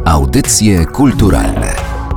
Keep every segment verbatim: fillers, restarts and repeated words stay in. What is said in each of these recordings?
Audycje kulturalne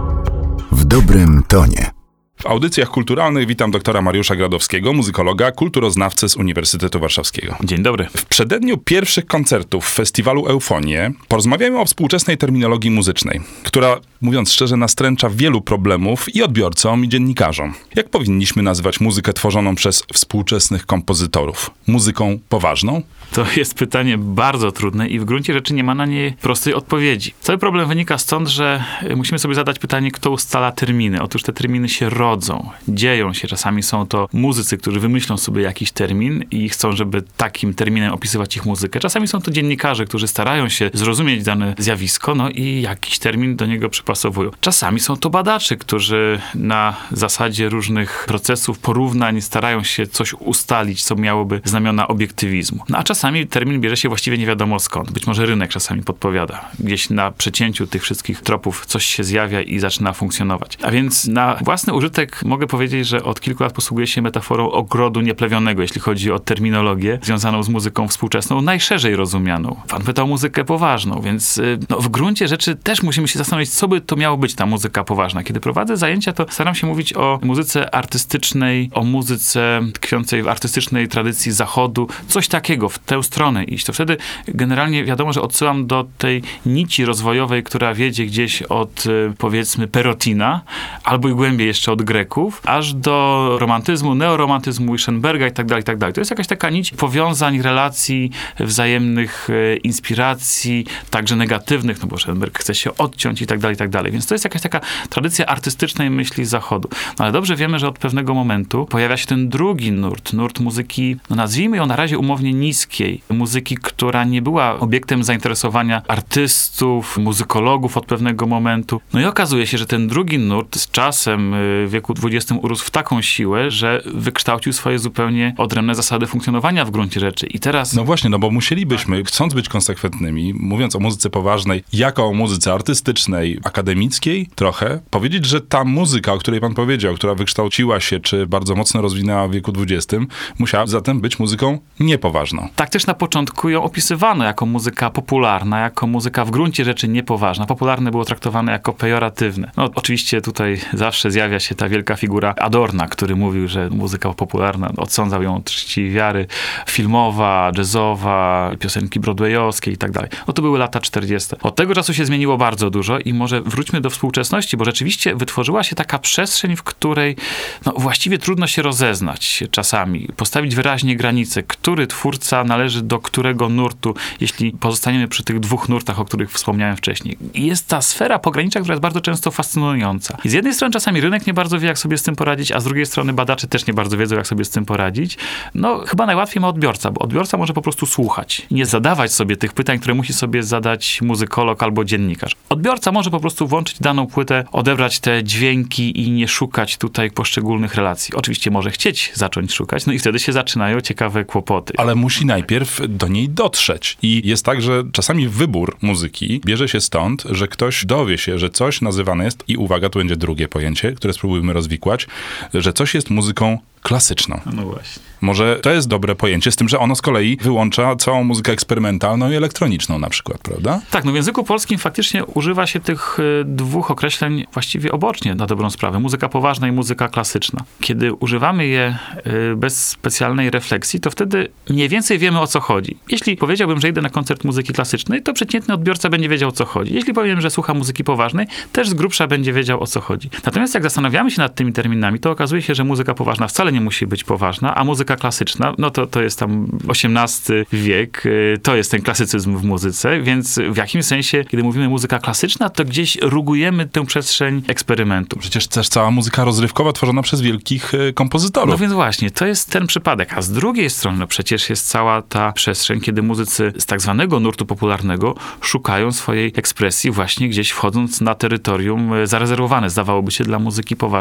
w dobrym tonie. W audycjach kulturalnych witam doktora Mariusza Gradowskiego, muzykologa, kulturoznawcę z Uniwersytetu Warszawskiego. Dzień dobry. W przededniu pierwszych koncertów festiwalu Eufonie porozmawiamy o współczesnej terminologii muzycznej, która, mówiąc szczerze, nastręcza wielu problemów i odbiorcom, i dziennikarzom. Jak powinniśmy nazywać muzykę tworzoną przez współczesnych kompozytorów? Muzyką poważną? To jest pytanie bardzo trudne i w gruncie rzeczy nie ma na nie prostej odpowiedzi. Cały problem wynika stąd, że musimy sobie zadać pytanie, kto ustala terminy. Otóż te terminy się rodzą, dzieją się. Czasami są to muzycy, którzy wymyślą sobie jakiś termin i chcą, żeby takim terminem opisywać ich muzykę. Czasami są to dziennikarze, którzy starają się zrozumieć dane zjawisko, no i jakiś termin do niego przypasowują. Czasami są to badacze, którzy na zasadzie różnych procesów, porównań starają się coś ustalić, co miałoby znamiona obiektywizmu. No a czasami termin bierze się właściwie nie wiadomo skąd. Być może rynek czasami podpowiada. Gdzieś na przecięciu tych wszystkich tropów coś się zjawia i zaczyna funkcjonować. A więc na własny użytek mogę powiedzieć, że od kilku lat posługuję się metaforą ogrodu nieplewionego, jeśli chodzi o terminologię związaną z muzyką współczesną, najszerzej rozumianą. Pan pytał o muzykę poważną, więc no, w gruncie rzeczy też musimy się zastanowić, co by to miało być ta muzyka poważna. Kiedy prowadzę zajęcia, to staram się mówić o muzyce artystycznej, o muzyce tkwiącej w artystycznej tradycji zachodu, coś takiego, w tę stronę iść. To wtedy generalnie wiadomo, że odsyłam do tej nici rozwojowej, która wiedzie gdzieś od, powiedzmy, Perotina, albo i głębiej jeszcze od Greków, aż do romantyzmu, neoromantyzmu, Schönberga i tak dalej, i tak dalej. To jest jakaś taka nić powiązań, relacji, wzajemnych e, inspiracji, także negatywnych, no bo Schönberg chce się odciąć i tak dalej, i tak dalej. Więc to jest jakaś taka tradycja artystycznej myśli Zachodu. No ale dobrze wiemy, że od pewnego momentu pojawia się ten drugi nurt, nurt muzyki, no nazwijmy ją na razie umownie niskiej, muzyki, która nie była obiektem zainteresowania artystów, muzykologów od pewnego momentu. No i okazuje się, że ten drugi nurt z czasem w wieku dwudziestym urósł w taką siłę, że wykształcił swoje zupełnie odrębne zasady funkcjonowania w gruncie rzeczy. I teraz... No właśnie, no bo musielibyśmy, chcąc być konsekwentnymi, mówiąc o muzyce poważnej, jako o muzyce artystycznej, akademickiej trochę, powiedzieć, że ta muzyka, o której pan powiedział, która wykształciła się, czy bardzo mocno rozwinęła w wieku dwudziestym, musiała zatem być muzyką niepoważną. Tak też na początku ją opisywano jako muzyka popularna, jako muzyka w gruncie rzeczy niepoważna. Popularne było traktowane jako pejoratywne. No oczywiście tutaj zawsze zjawia się ta wielka figura Adorna, który mówił, że muzyka popularna, odsądzał ją od czci wiary, filmowa, jazzowa, piosenki broadwayowskie i tak dalej. No to były lata czterdzieste. Od tego czasu się zmieniło bardzo dużo i może wróćmy do współczesności, bo rzeczywiście wytworzyła się taka przestrzeń, w której no, właściwie trudno się rozeznać czasami, postawić wyraźnie granice, który twórca należy do którego nurtu, jeśli pozostaniemy przy tych dwóch nurtach, o których wspomniałem wcześniej. I jest ta sfera pogranicza, która jest bardzo często fascynująca. I z jednej strony czasami rynek nie bardzo wie, jak sobie z tym poradzić, a z drugiej strony badacze też nie bardzo wiedzą, jak sobie z tym poradzić. No, chyba najłatwiej ma odbiorca, bo odbiorca może po prostu słuchać. Nie zadawać sobie tych pytań, które musi sobie zadać muzykolog albo dziennikarz. Odbiorca może po prostu włączyć daną płytę, odebrać te dźwięki i nie szukać tutaj poszczególnych relacji. Oczywiście może chcieć zacząć szukać, no i wtedy się zaczynają ciekawe kłopoty. Ale musi najpierw do niej dotrzeć. I jest tak, że czasami wybór muzyki bierze się stąd, że ktoś dowie się, że coś nazywane jest, i uwaga, tu będzie drugie pojęcie, które spróbujemy rozwikłać, że coś jest muzyką klasyczną. No właśnie. Może to jest dobre pojęcie, z tym, że ono z kolei wyłącza całą muzykę eksperymentalną i elektroniczną na przykład, prawda? Tak, no w języku polskim faktycznie używa się tych y, dwóch określeń właściwie obocznie, na dobrą sprawę. Muzyka poważna i muzyka klasyczna. Kiedy używamy je y, bez specjalnej refleksji, to wtedy mniej więcej wiemy, o co chodzi. Jeśli powiedziałbym, że idę na koncert muzyki klasycznej, to przeciętny odbiorca będzie wiedział, o co chodzi. Jeśli powiem, że słucha muzyki poważnej, też z grubsza będzie wiedział, o co chodzi. Natomiast jak zastanawiamy się nad tymi terminami, to okazuje się, że muzyka poważna wcale nie musi być poważna, a muzyka klasyczna, no to, to jest tam osiemnasty wiek, to jest ten klasycyzm w muzyce, więc w jakimś sensie, kiedy mówimy muzyka klasyczna, to gdzieś rugujemy tę przestrzeń eksperymentu. Przecież też cała muzyka rozrywkowa tworzona przez wielkich y, kompozytorów. No więc właśnie, to jest ten przypadek. A z drugiej strony, no przecież jest cała ta przestrzeń, kiedy muzycy z tak zwanego nurtu popularnego szukają swojej ekspresji właśnie gdzieś wchodząc na terytorium zarezerwowane, zdawałoby się, dla muzyki poważnej.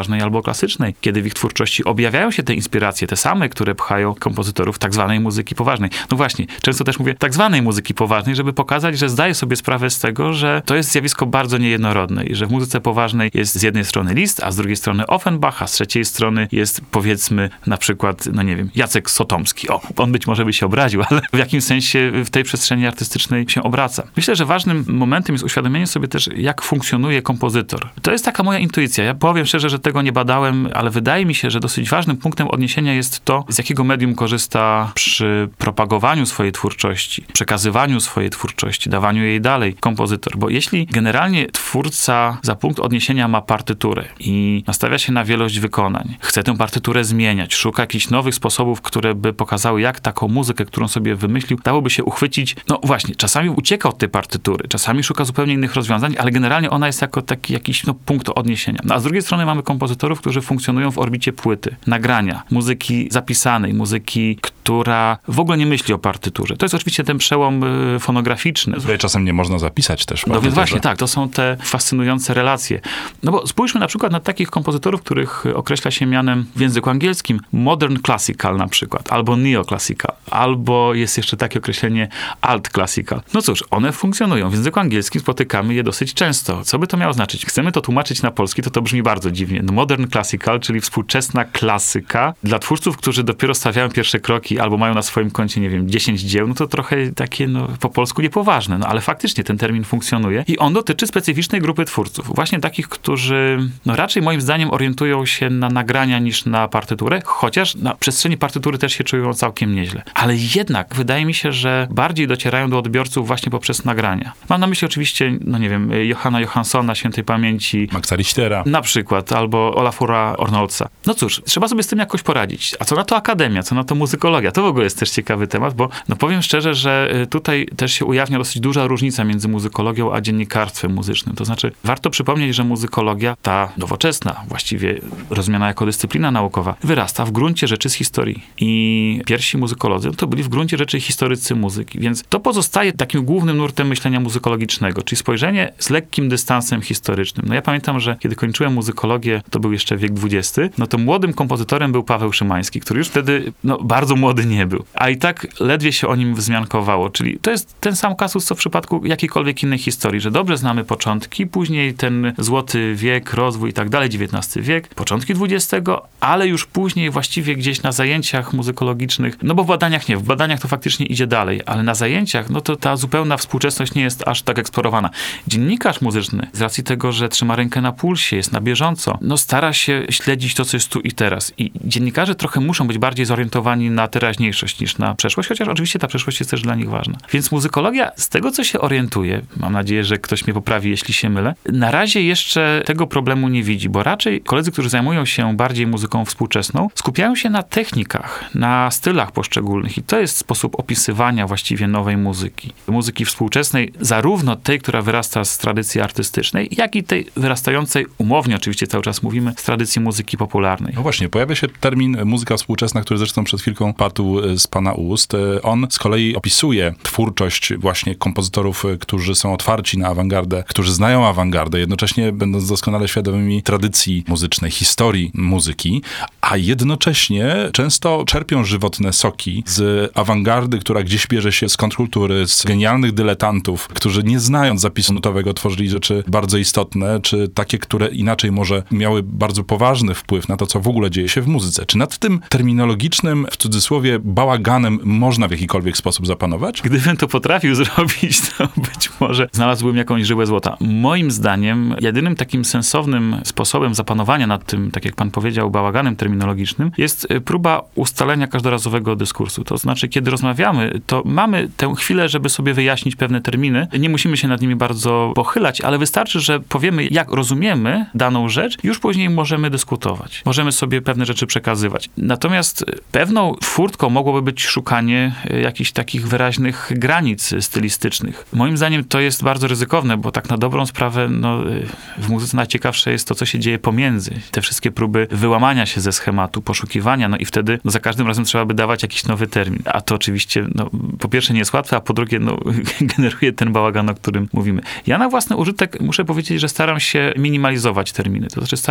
poważnej albo klasycznej, kiedy w ich twórczości objawiają się te inspiracje, te same, które pchają kompozytorów tak zwanej muzyki poważnej. No właśnie, często też mówię tak zwanej muzyki poważnej, żeby pokazać, że zdaję sobie sprawę z tego, że to jest zjawisko bardzo niejednorodne i że w muzyce poważnej jest z jednej strony Liszt, a z drugiej strony Offenbach, a z trzeciej strony jest, powiedzmy, na przykład, no nie wiem, Jacek Sotomski. O, on być może by się obraził, ale w jakimś sensie w tej przestrzeni artystycznej się obraca. Myślę, że ważnym momentem jest uświadomienie sobie też, jak funkcjonuje kompozytor. To jest taka moja intuicja. Ja powiem szczerze, że tego nie badałem, ale wydaje mi się, że dosyć ważnym punktem odniesienia jest to, z jakiego medium korzysta przy propagowaniu swojej twórczości, przekazywaniu swojej twórczości, dawaniu jej dalej kompozytor. Bo jeśli generalnie twórca za punkt odniesienia ma partyturę i nastawia się na wielość wykonań, chce tę partyturę zmieniać, szuka jakichś nowych sposobów, które by pokazały, jak taką muzykę, którą sobie wymyślił, dałoby się uchwycić. No właśnie, czasami ucieka od tej partytury, czasami szuka zupełnie innych rozwiązań, ale generalnie ona jest jako taki jakiś no, punkt odniesienia. No, a z drugiej strony mamy kompozytorów, którzy funkcjonują w orbicie płyty, nagrania, muzyki zapisanej, muzyki, która w ogóle nie myśli o partyturze. To jest oczywiście ten przełom y, fonograficzny. Tutaj czasem nie można zapisać też. No więc właśnie, tak, to są te fascynujące relacje. No bo spójrzmy na przykład na takich kompozytorów, których określa się mianem w języku angielskim modern classical na przykład, albo neoclassical, albo jest jeszcze takie określenie alt classical. No cóż, one funkcjonują. W języku angielskim spotykamy je dosyć często. Co by to miało znaczyć? Chcemy to tłumaczyć na polski, to to brzmi bardzo dziwnie. No modern classical, czyli współczesna klasyka. Dla twórców, którzy dopiero stawiają pierwsze kroki albo mają na swoim koncie, nie wiem, dziesięć dzieł, no to trochę takie, no, po polsku niepoważne. No ale faktycznie ten termin funkcjonuje i on dotyczy specyficznej grupy twórców. Właśnie takich, którzy, no raczej moim zdaniem orientują się na nagrania niż na partyturę, chociaż na przestrzeni partytury też się czują całkiem nieźle. Ale jednak wydaje mi się, że bardziej docierają do odbiorców właśnie poprzez nagrania. Mam na myśli oczywiście, no nie wiem, Johanna Johanssona, świętej pamięci. Maxa Richtera. Na przykład, albo Olafura Arnoldsa. No cóż, trzeba sobie z tym jakoś poradzić. A co na to akademia, co na to muzykologia? To w ogóle jest też ciekawy temat, bo no powiem szczerze, że tutaj też się ujawnia dosyć duża różnica między muzykologią a dziennikarstwem muzycznym. To znaczy, warto przypomnieć, że muzykologia, ta nowoczesna, właściwie rozumiana jako dyscyplina naukowa, wyrasta w gruncie rzeczy z historii. I pierwsi muzykolodzy to byli w gruncie rzeczy historycy muzyki. Więc to pozostaje takim głównym nurtem myślenia muzykologicznego, czyli spojrzenie z lekkim dystansem historycznym. No ja pamiętam, że kiedy kończyłem muzykologię, to był jeszcze wiek dwudziesty, no to młodym kompozytorem był Paweł Szymański, który już wtedy, no bardzo młody nie był. A i tak ledwie się o nim wzmiankowało. Czyli to jest ten sam kasus, co w przypadku jakiejkolwiek innej historii, że dobrze znamy początki, później ten złoty wiek, rozwój i tak dalej, dziewiętnasty wiek, początki dwudziestego, ale już później właściwie gdzieś na zajęciach muzykologicznych, no bo w badaniach nie, w badaniach to faktycznie idzie dalej, ale na zajęciach, no to ta zupełna współczesność nie jest aż tak eksplorowana. Dziennikarz muzyczny, z racji tego, że trzyma rękę na pulsie, jest na bieżąco, no stara się śledzić to, co jest tu i teraz. I dziennikarze trochę muszą być bardziej zorientowani na teraźniejszość niż na przeszłość, chociaż oczywiście ta przeszłość jest też dla nich ważna. Więc muzykologia, z tego, co się orientuje, mam nadzieję, że ktoś mnie poprawi, jeśli się mylę, na razie jeszcze tego problemu nie widzi, bo raczej koledzy, którzy zajmują się bardziej muzyką współczesną, skupiają się na technikach, na stylach poszczególnych i to jest sposób opisywania właściwie nowej muzyki. Muzyki współczesnej, zarówno tej, która wyrasta z tradycji artystycznej, jak i tej wyrastającej, umownie oczywiście cały czas mówimy, z tradycji muzyki popularnej. No właśnie, pojawia się termin muzyka współczesna, który zresztą przed chwilką padł z pana ust. On z kolei opisuje twórczość właśnie kompozytorów, którzy są otwarci na awangardę, którzy znają awangardę, jednocześnie będąc doskonale świadomymi tradycji muzycznej, historii muzyki, a jednocześnie często czerpią żywotne soki z awangardy, która gdzieś bierze się z kontrkultury, z genialnych dyletantów, którzy nie znając zapisu nutowego tworzyli rzeczy bardzo istotne, czy takie, które inaczej może miały bardzo poważny wpływ na to, co w ogóle dzieje się w muzyce. Czy nad tym terminologicznym, w cudzysłowie, bałaganem można w jakikolwiek sposób zapanować? Gdybym to potrafił zrobić, to być może znalazłbym jakąś żyłę złota. Moim zdaniem jedynym takim sensownym sposobem zapanowania nad tym, tak jak pan powiedział, bałaganem terminologicznym, jest próba ustalenia każdorazowego dyskursu. To znaczy, kiedy rozmawiamy, to mamy tę chwilę, żeby sobie wyjaśnić pewne terminy. Nie musimy się nad nimi bardzo pochylać, ale wystarczy, że powiemy, jak rozumiemy daną rzecz, już później możemy dyskutować. Możemy sobie pewne rzeczy przekazywać. Natomiast pewną furtką mogłoby być szukanie jakichś takich wyraźnych granic stylistycznych. Moim zdaniem to jest bardzo ryzykowne, bo tak na dobrą sprawę, no, w muzyce najciekawsze jest to, co się dzieje pomiędzy. Te wszystkie próby wyłamania się ze schematu, poszukiwania, no i wtedy no, za każdym razem trzeba by dawać jakiś nowy termin. A to oczywiście, no, po pierwsze nie jest łatwe, a po drugie, no, generuje ten bałagan, o którym mówimy. Ja na własny użytek muszę powiedzieć, że staram się minimalizować terminy. To znaczy staram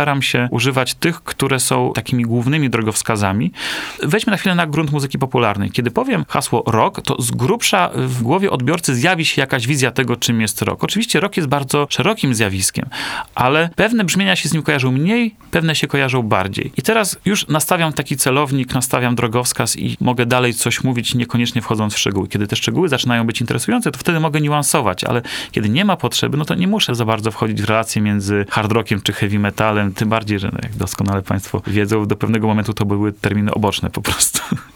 staram się używać tych, które są takimi głównymi drogowskazami. Weźmy na chwilę na grunt muzyki popularnej. Kiedy powiem hasło rock, to z grubsza w głowie odbiorcy zjawi się jakaś wizja tego, czym jest rock. Oczywiście rock jest bardzo szerokim zjawiskiem, ale pewne brzmienia się z nim kojarzą mniej, pewne się kojarzą bardziej. I teraz już nastawiam taki celownik, nastawiam drogowskaz i mogę dalej coś mówić, niekoniecznie wchodząc w szczegóły. Kiedy te szczegóły zaczynają być interesujące, to wtedy mogę niuansować, ale kiedy nie ma potrzeby, no to nie muszę za bardzo wchodzić w relacje między hard rockiem czy heavy metalem, tym bardziej, że no, jak doskonale państwo wiedzą, do pewnego momentu to były terminy oboczne po prostu.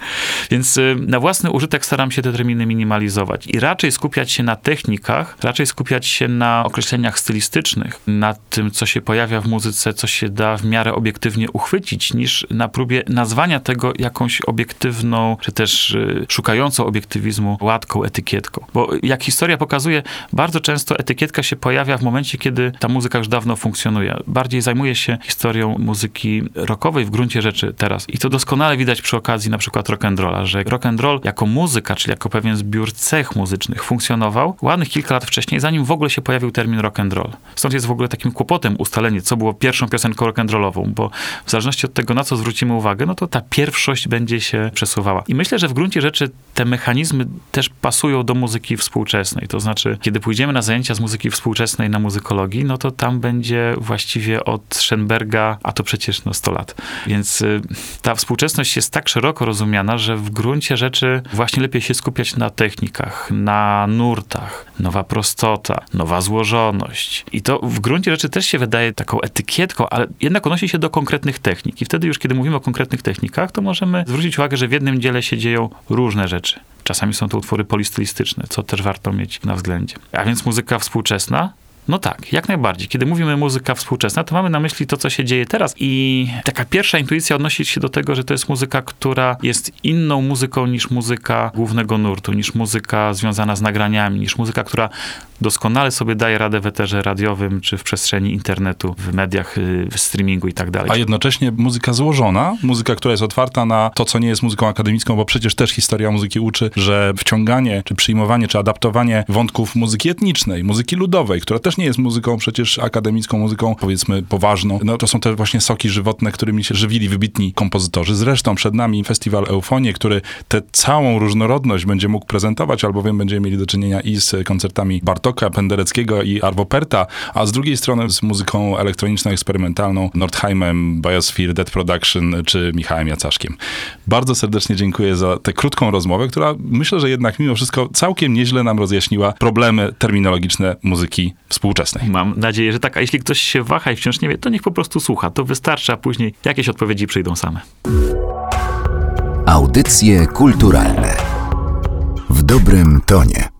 Więc y, na własny użytek staram się te terminy minimalizować i raczej skupiać się na technikach, raczej skupiać się na określeniach stylistycznych, na tym, co się pojawia w muzyce, co się da w miarę obiektywnie uchwycić, niż na próbie nazwania tego jakąś obiektywną, czy też y, szukającą obiektywizmu łatką, etykietką. Bo jak historia pokazuje, bardzo często etykietka się pojawia w momencie, kiedy ta muzyka już dawno funkcjonuje. Bardziej zajmuję się historią muzyki rockowej w gruncie rzeczy teraz. I to doskonale widać przy okazji na przykład rock'n'rolla, że rock'n'roll jako muzyka, czyli jako pewien zbiór cech muzycznych funkcjonował ładnych kilka lat wcześniej, zanim w ogóle się pojawił termin rock'n'roll. Stąd jest w ogóle takim kłopotem ustalenie, co było pierwszą piosenką rock'n'rollową, bo w zależności od tego, na co zwrócimy uwagę, no to ta pierwszość będzie się przesuwała. I myślę, że w gruncie rzeczy te mechanizmy też pasują do muzyki współczesnej. To znaczy, kiedy pójdziemy na zajęcia z muzyki współczesnej na muzykologii, no to tam będzie właściwie od Schoenberga, a to przecież no sto lat. Więc y, ta współczesność jest tak szeroko rozumiana, że w gruncie rzeczy właśnie lepiej się skupiać na technikach, na nurtach, nowa prostota, nowa złożoność. I to w gruncie rzeczy też się wydaje taką etykietką, ale jednak odnosi się do konkretnych technik. I wtedy już, kiedy mówimy o konkretnych technikach, to możemy zwrócić uwagę, że w jednym dziele się dzieją różne rzeczy. Czasami są to utwory polistylistyczne, co też warto mieć na względzie. A więc muzyka współczesna? No tak, jak najbardziej. Kiedy mówimy muzyka współczesna, to mamy na myśli to, co się dzieje teraz i taka pierwsza intuicja odnosi się do tego, że to jest muzyka, która jest inną muzyką niż muzyka głównego nurtu, niż muzyka związana z nagraniami, niż muzyka, która doskonale sobie daje radę w eterze radiowym, czy w przestrzeni internetu, w mediach, w streamingu i tak dalej. A jednocześnie muzyka złożona, muzyka, która jest otwarta na to, co nie jest muzyką akademicką, bo przecież też historia muzyki uczy, że wciąganie, czy przyjmowanie, czy adaptowanie wątków muzyki etnicznej, muzyki ludowej, która też nie jest muzyką przecież akademicką, muzyką powiedzmy poważną. No to są te właśnie soki żywotne, którymi się żywili wybitni kompozytorzy. Zresztą przed nami festiwal Eufonie, który tę całą różnorodność będzie mógł prezentować, albowiem będziemy mieli do czynienia i z koncertami Bartoka, Pendereckiego i Arvo Pärta, a z drugiej strony z muzyką elektroniczną, eksperymentalną, Nordheimem, Biosphere, Dead Production czy Michałem Jacaszkiem. Bardzo serdecznie dziękuję za tę krótką rozmowę, która myślę, że jednak mimo wszystko całkiem nieźle nam rozjaśniła problemy terminologiczne muzyki współczesnej. Mam nadzieję, że tak. A jeśli ktoś się waha i wciąż nie wie, to niech po prostu słucha. To wystarczy, a później jakieś odpowiedzi przyjdą same. Audycje kulturalne w dobrym tonie.